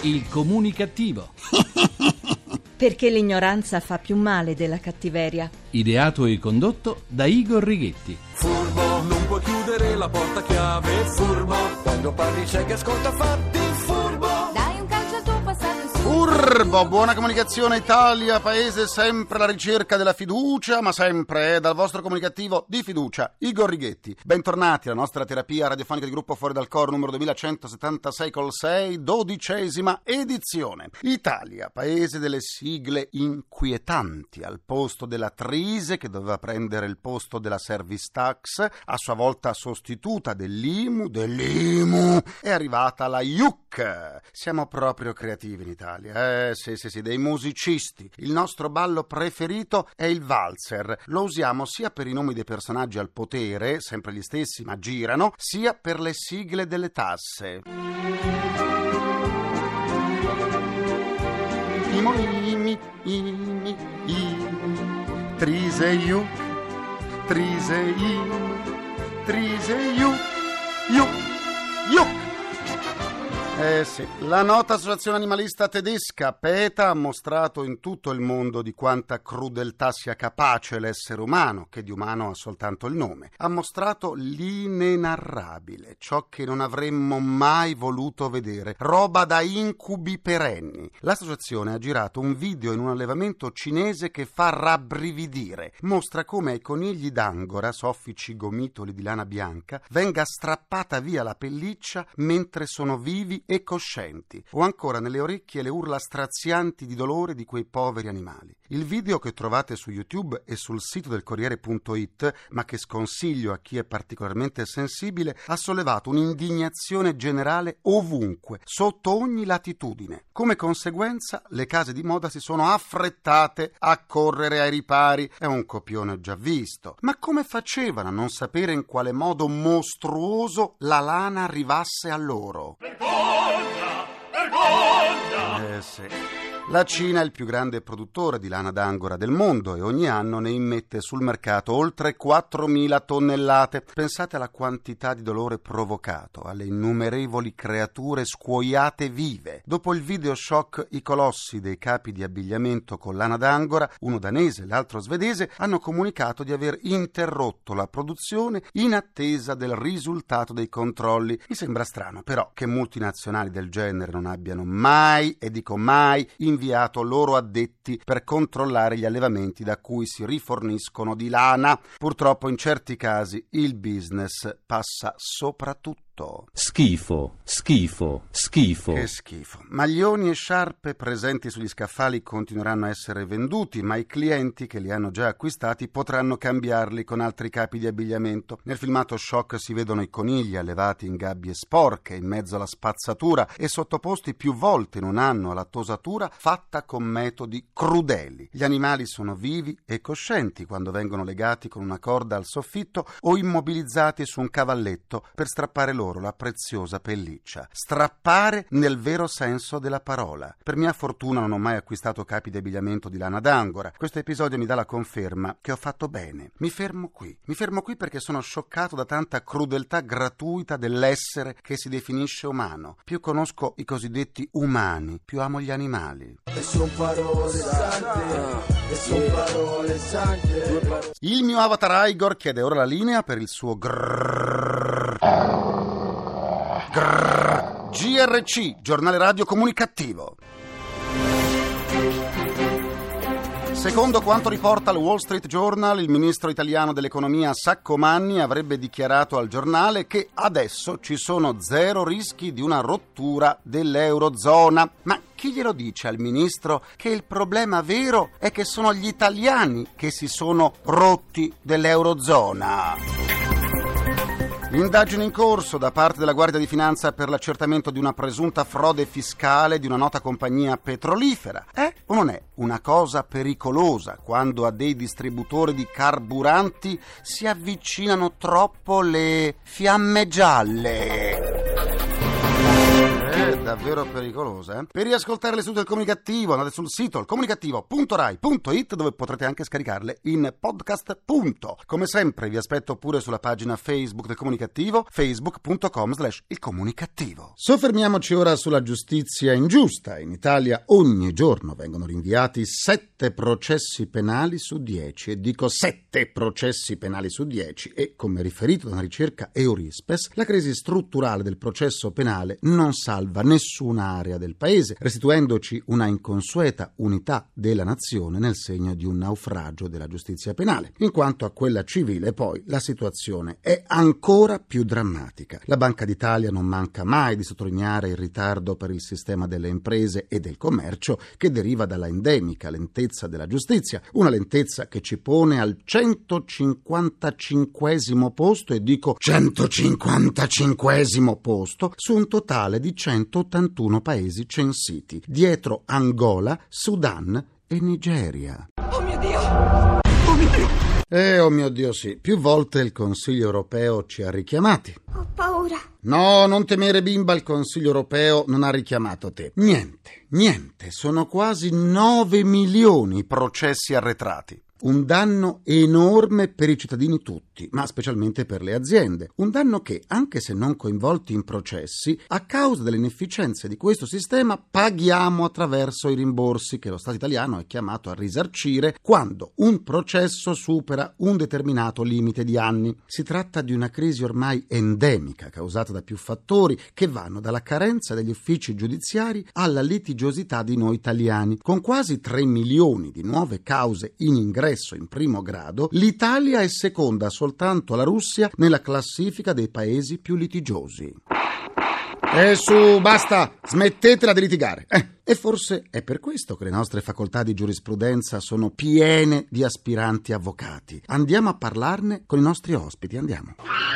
Il comunicativo. Perché l'ignoranza fa più male della cattiveria. Ideato e condotto da Igor Righetti. Furbo, non puoi chiudere la porta a chiave. Furbo, quando parli c'è che ascolta fatti. Furbo, dai un calcio al tuo passato in su. Furbo, buona comunicazione Italia, paese sempre alla ricerca della fiducia, ma sempre dal vostro comunicativo di fiducia, Igor Righetti. Bentornati alla nostra terapia radiofonica di gruppo Fuori dal Coro numero 2176 col 6, 12ª edizione. Italia, paese delle sigle inquietanti, al posto della Trise che doveva prendere il posto della Service Tax, a sua volta sostituta dell'IMU, è arrivata la IUC. Siamo proprio creativi in Italia. Sì, dei musicisti. Il nostro ballo preferito è il valzer. Lo usiamo sia per i nomi dei personaggi al potere, sempre gli stessi ma girano, sia per le sigle delle tasse. Imi, Trise iu, Trise iu. Sì, la nota associazione animalista tedesca PETA ha mostrato in tutto il mondo di quanta crudeltà sia capace l'essere umano, che di umano ha soltanto il nome. Ha mostrato l'inenarrabile, ciò che non avremmo mai voluto vedere, roba da incubi perenni. L'associazione ha girato un video in un allevamento cinese che fa rabbrividire. Mostra come ai conigli d'Angora, soffici gomitoli di lana bianca, venga strappata via la pelliccia mentre sono vivi e coscienti, o ancora nelle orecchie le urla strazianti di dolore di quei poveri animali. Il video, che trovate su YouTube e sul sito del Corriere.it, ma che sconsiglio a chi è particolarmente sensibile, ha sollevato un'indignazione generale ovunque, sotto ogni latitudine. Come conseguenza, le case di moda si sono affrettate a correre ai ripari. È un copione già visto. Ma come facevano a non sapere in quale modo mostruoso la lana arrivasse a loro? Sì. La Cina è il più grande produttore di lana d'angora del mondo e ogni anno ne immette sul mercato oltre 4.000 tonnellate. Pensate alla quantità di dolore provocato, alle innumerevoli creature scuoiate vive. Dopo il video shock, i colossi dei capi di abbigliamento con lana d'angora, uno danese e l'altro svedese, hanno comunicato di aver interrotto la produzione in attesa del risultato dei controlli. Mi sembra strano però che multinazionali del genere non abbiano mai, e dico mai, inviato loro addetti per controllare gli allevamenti da cui si riforniscono di lana. Purtroppo in certi casi il business passa soprattutto. Schifo. Che schifo. Maglioni e sciarpe presenti sugli scaffali continueranno a essere venduti, ma i clienti che li hanno già acquistati potranno cambiarli con altri capi di abbigliamento. Nel filmato shock si vedono i conigli allevati in gabbie sporche, in mezzo alla spazzatura e sottoposti più volte in un anno alla tosatura fatta con metodi crudeli. Gli animali sono vivi e coscienti quando vengono legati con una corda al soffitto o immobilizzati su un cavalletto per strappare loro la preziosa pelliccia. Strappare nel vero senso della parola. Per mia fortuna non ho mai acquistato capi di abbigliamento di lana d'angora. Questo episodio mi dà la conferma che ho fatto bene. Mi fermo qui perché sono scioccato da tanta crudeltà gratuita dell'essere che si definisce umano. Più conosco i cosiddetti umani, più amo gli animali. Il mio avatar Igor chiede ora la linea per il suo GRC, giornale radio comunicativo. Secondo quanto riporta il Wall Street Journal, il ministro italiano dell'economia Saccomanni avrebbe dichiarato al giornale che adesso ci sono zero rischi di una rottura dell'Eurozona. Ma chi glielo dice al ministro che il problema vero è che sono gli italiani che si sono rotti dell'Eurozona? L'indagine in corso da parte della Guardia di Finanza per l'accertamento di una presunta frode fiscale di una nota compagnia petrolifera. È o non è una cosa pericolosa quando a dei distributori di carburanti si avvicinano troppo le fiamme gialle? davvero pericolosa. Per riascoltare le sedute del Comunicativo andate sul sito ilcomunicativo.rai.it, dove potrete anche scaricarle in podcast. Come sempre vi aspetto pure sulla pagina Facebook del Comunicativo, facebook.com/ilcomunicativo. Soffermiamoci ora sulla giustizia ingiusta. In Italia ogni giorno vengono rinviati 7 processi penali su 10, e dico 7 processi penali su 10, e come riferito da una ricerca Eurispes, la crisi strutturale del processo penale non salva nessuna area del paese, restituendoci una inconsueta unità della nazione nel segno di un naufragio della giustizia penale. In quanto a quella civile, poi, la situazione è ancora più drammatica. La Banca d'Italia non manca mai di sottolineare il ritardo per il sistema delle imprese e del commercio che deriva dalla endemica lentezza della giustizia, una lentezza che ci pone al 155esimo posto, e dico 155esimo posto, su un totale di 181 paesi censiti, dietro Angola, Sudan e Nigeria. Oh mio Dio! Oh mio Dio! Oh mio Dio, sì. Più volte il Consiglio europeo ci ha richiamati. Ho paura. No, non temere, bimba, il Consiglio europeo non ha richiamato te. Niente. Sono quasi 9 milioni i processi arretrati. Un danno enorme per i cittadini tutti, ma specialmente per le aziende. Un danno che, anche se non coinvolti in processi, a causa delle inefficienze di questo sistema, paghiamo attraverso i rimborsi che lo Stato italiano è chiamato a risarcire quando un processo supera un determinato limite di anni. Si tratta di una crisi ormai endemica, causata da più fattori che vanno dalla carenza degli uffici giudiziari alla litigiosità di noi italiani. Con quasi 3 milioni di nuove cause in ingresso in primo grado, l'Italia è seconda soltanto alla Russia nella classifica dei paesi più litigiosi. E su, basta, smettetela di litigare. E forse è per questo che le nostre facoltà di giurisprudenza sono piene di aspiranti avvocati. Andiamo a parlarne con i nostri ospiti, andiamo.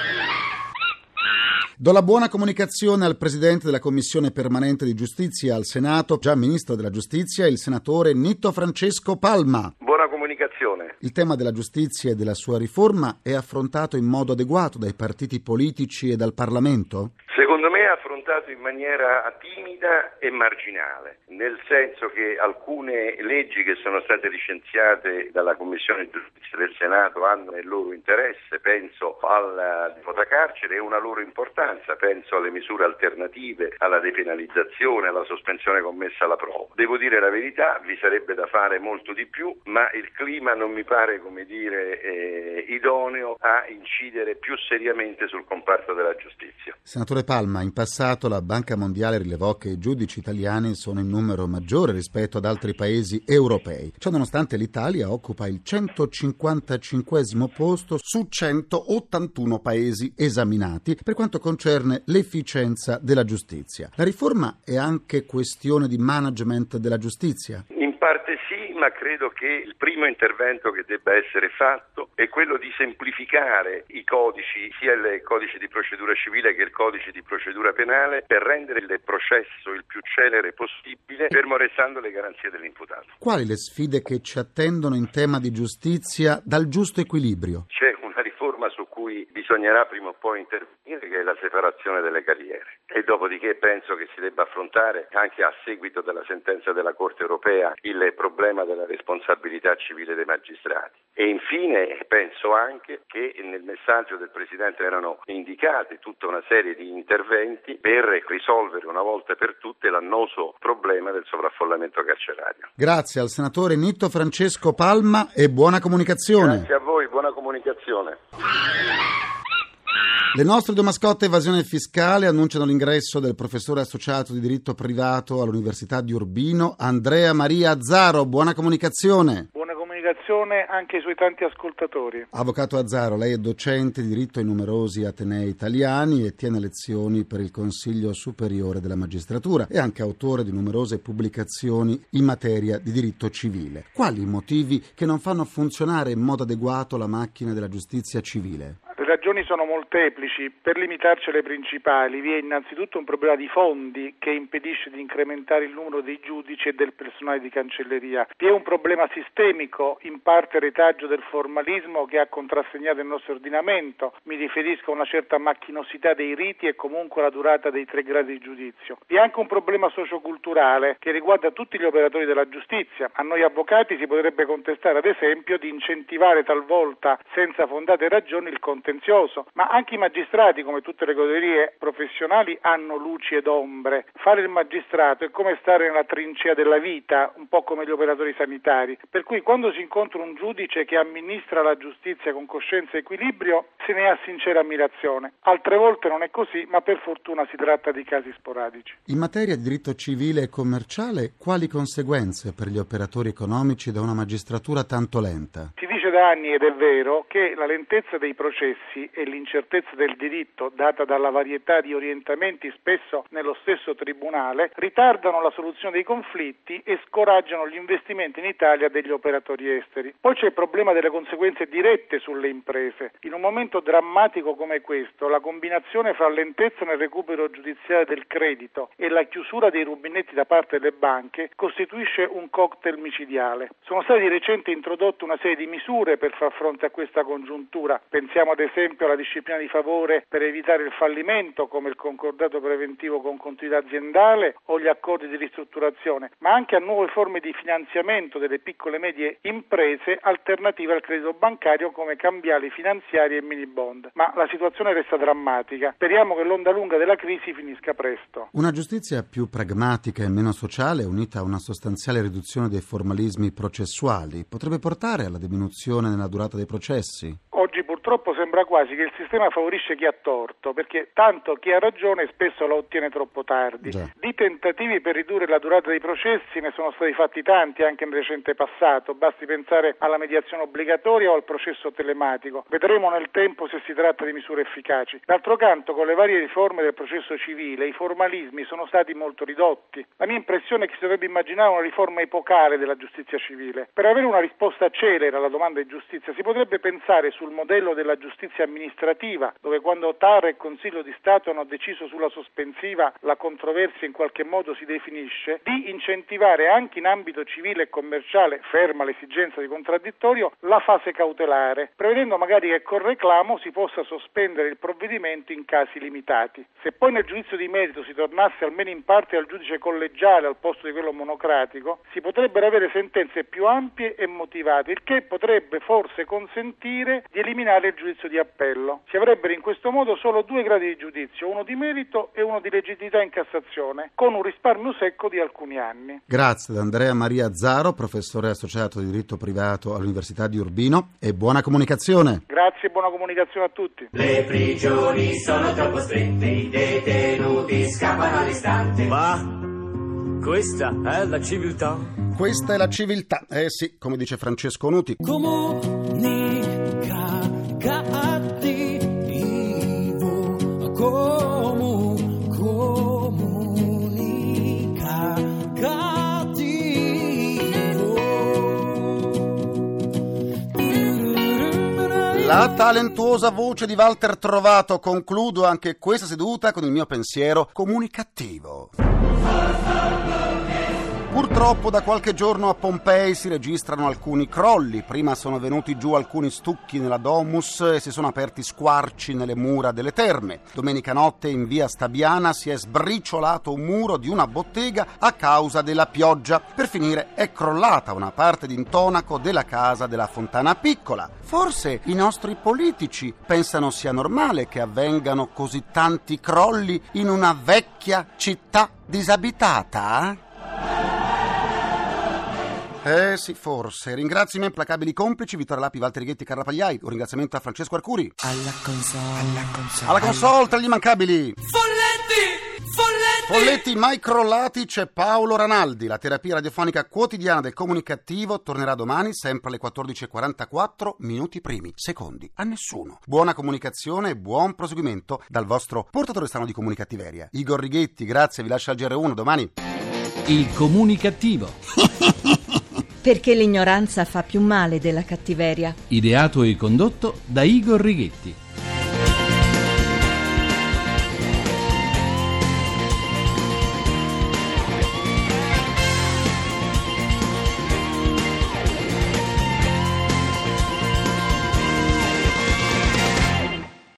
Do la buona comunicazione al Presidente della Commissione Permanente di Giustizia al Senato, già Ministro della Giustizia, il Senatore Nitto Francesco Palma. Buona comunicazione. Il tema della giustizia e della sua riforma è affrontato in modo adeguato dai partiti politici e dal Parlamento? Secondo me è affrontato in maniera timida e marginale, nel senso che alcune leggi che sono state licenziate dalla Commissione Giustizia del Senato hanno il loro interesse, penso al votacarcere e una loro importanza, penso alle misure alternative, alla depenalizzazione, alla sospensione commessa alla prova. Devo dire la verità, vi sarebbe da fare molto di più, ma il clima non mi pare, idoneo a incidere più seriamente sul comparto della giustizia. Senatore Palma, in passato la Banca Mondiale rilevò che i giudici italiani sono in numero maggiore rispetto ad altri paesi europei. Ciò nonostante l'Italia occupa il 155esimo posto su 181 paesi esaminati per quanto concerne l'efficienza della giustizia. La riforma è anche questione di management della giustizia? In parte sì, ma credo che il primo intervento che debba essere fatto è quello di semplificare i codici, sia il codice di procedura civile che il codice di procedura penale, per rendere il processo il più celere possibile, fermo restando le garanzie dell'imputato. Quali le sfide che ci attendono in tema di giustizia dal giusto equilibrio? C'è una riforma su cui bisognerà prima o poi intervenire, che è la separazione delle carriere, e dopodiché penso che si debba affrontare, anche a seguito della sentenza della Corte europea, il problema della responsabilità civile dei magistrati. E infine penso anche che nel messaggio del Presidente erano indicati tutta una serie di interventi per risolvere una volta per tutte l'annoso problema del sovraffollamento carcerario. Grazie al senatore Nitto Francesco Palma e buona comunicazione. Grazie a voi, buona comunicazione. Le nostre due mascotte evasione fiscale annunciano l'ingresso del professore associato di diritto privato all'Università di Urbino, Andrea Maria Azzaro. Buona comunicazione. Buona comunicazione anche ai suoi tanti ascoltatori. Avvocato Azzaro, lei è docente di diritto in numerosi atenei italiani e tiene lezioni per il Consiglio Superiore della Magistratura. È anche autore di numerose pubblicazioni in materia di diritto civile. Quali i motivi che non fanno funzionare in modo adeguato la macchina della giustizia civile? Le ragioni ragioni sono molteplici. Per limitarci alle principali, vi è innanzitutto un problema di fondi che impedisce di incrementare il numero dei giudici e del personale di cancelleria. Vi è un problema sistemico, in parte retaggio del formalismo che ha contrassegnato il nostro ordinamento. Mi riferisco a una certa macchinosità dei riti e comunque alla durata dei 3 gradi di giudizio. Vi è anche un problema socioculturale che riguarda tutti gli operatori della giustizia. A noi avvocati si potrebbe contestare, ad esempio, di incentivare talvolta senza fondate ragioni il contenzioso, ma anche i magistrati, come tutte le categorie professionali, hanno luci ed ombre. Fare il magistrato è come stare nella trincea della vita, un po' come gli operatori sanitari, per cui quando si incontra un giudice che amministra la giustizia con coscienza e equilibrio se ne ha sincera ammirazione. Altre volte non è così, ma per fortuna si tratta di casi sporadici. In materia di diritto civile e commerciale, quali conseguenze per gli operatori economici da una magistratura tanto lenta? Si dice da anni, ed è vero, che la lentezza dei processi e l'incertezza del diritto, data dalla varietà di orientamenti spesso nello stesso tribunale, ritardano la soluzione dei conflitti e scoraggiano gli investimenti in Italia degli operatori esteri. Poi c'è il problema delle conseguenze dirette sulle imprese. In un momento drammatico come questo, la combinazione fra lentezza nel recupero giudiziario del credito e la chiusura dei rubinetti da parte delle banche costituisce un cocktail micidiale. Sono state di recente introdotte una serie di misure per far fronte a questa congiuntura. Pensiamo ad esempio alla disciplina di favore per evitare il fallimento, come il concordato preventivo con continuità aziendale o gli accordi di ristrutturazione, ma anche a nuove forme di finanziamento delle piccole e medie imprese alternative al credito bancario come cambiali finanziari e mini bond. Ma la situazione resta drammatica. Speriamo che l'onda lunga della crisi finisca presto. Una giustizia più pragmatica e meno sociale, unita a una sostanziale riduzione dei formalismi processuali, potrebbe portare alla diminuzione nella durata dei processi? Oggi purtroppo sembra quasi che il sistema favorisce chi ha torto, perché tanto chi ha ragione spesso la ottiene troppo tardi. Già. Di tentativi per ridurre la durata dei processi ne sono stati fatti tanti anche nel recente passato, basti pensare alla mediazione obbligatoria o al processo telematico. Vedremo nel tempo se si tratta di misure efficaci. D'altro canto, con le varie riforme del processo civile, i formalismi sono stati molto ridotti. La mia impressione è che si dovrebbe immaginare una riforma epocale della giustizia civile. Per avere una risposta celere alla domanda di giustizia si potrebbe pensare sul modello della giustizia amministrativa, dove quando TAR e Consiglio di Stato hanno deciso sulla sospensiva la controversia in qualche modo si definisce, di incentivare anche in ambito civile e commerciale, ferma l'esigenza di contraddittorio, la fase cautelare, prevedendo magari che col reclamo si possa sospendere il provvedimento in casi limitati. Se poi nel giudizio di merito si tornasse almeno in parte al giudice collegiale al posto di quello monocratico, si potrebbero avere sentenze più ampie e motivate, il che potrebbe forse consentire di eliminare il giudizio di appello. Si avrebbero in questo modo solo 2 gradi di giudizio, uno di merito e uno di legittimità in Cassazione, con un risparmio secco di alcuni anni. Grazie ad Andrea Maria Zaro, professore associato di diritto privato all'Università di Urbino, e buona comunicazione. Grazie e buona comunicazione a tutti. Le prigioni sono troppo strette, i detenuti scappano all'istante. Ma questa è la civiltà. Questa è la civiltà. Sì, come dice Francesco Nuti. La talentuosa voce di Walter Trovato. Concludo anche questa seduta con il mio pensiero comunicativo. Purtroppo da qualche giorno a Pompei si registrano alcuni crolli. Prima sono venuti giù alcuni stucchi nella domus e si sono aperti squarci nelle mura delle terme. Domenica notte in via Stabiana si è sbriciolato un muro di una bottega a causa della pioggia. Per finire è crollata una parte d'intonaco della casa della Fontana Piccola. Forse i nostri politici pensano sia normale che avvengano così tanti crolli in una vecchia città disabitata? Sì, forse. Ringrazio i miei implacabili complici Vittorio Lapi, Walter Righetti e Carla Pagliai. Un ringraziamento a Francesco Arcuri. Alla console, tra gli immancabili. Folletti mai crollati, c'è Paolo Ranaldi. La terapia radiofonica quotidiana del comunicativo tornerà domani, sempre alle 14:44, minuti primi, secondi a nessuno. Buona comunicazione e buon proseguimento dal vostro portatore strano di comunicattiveria. Igor Righetti, grazie, vi lascio al GR1, domani. Il comunicativo. Perché l'ignoranza fa più male della cattiveria. Ideato e condotto da Igor Righetti.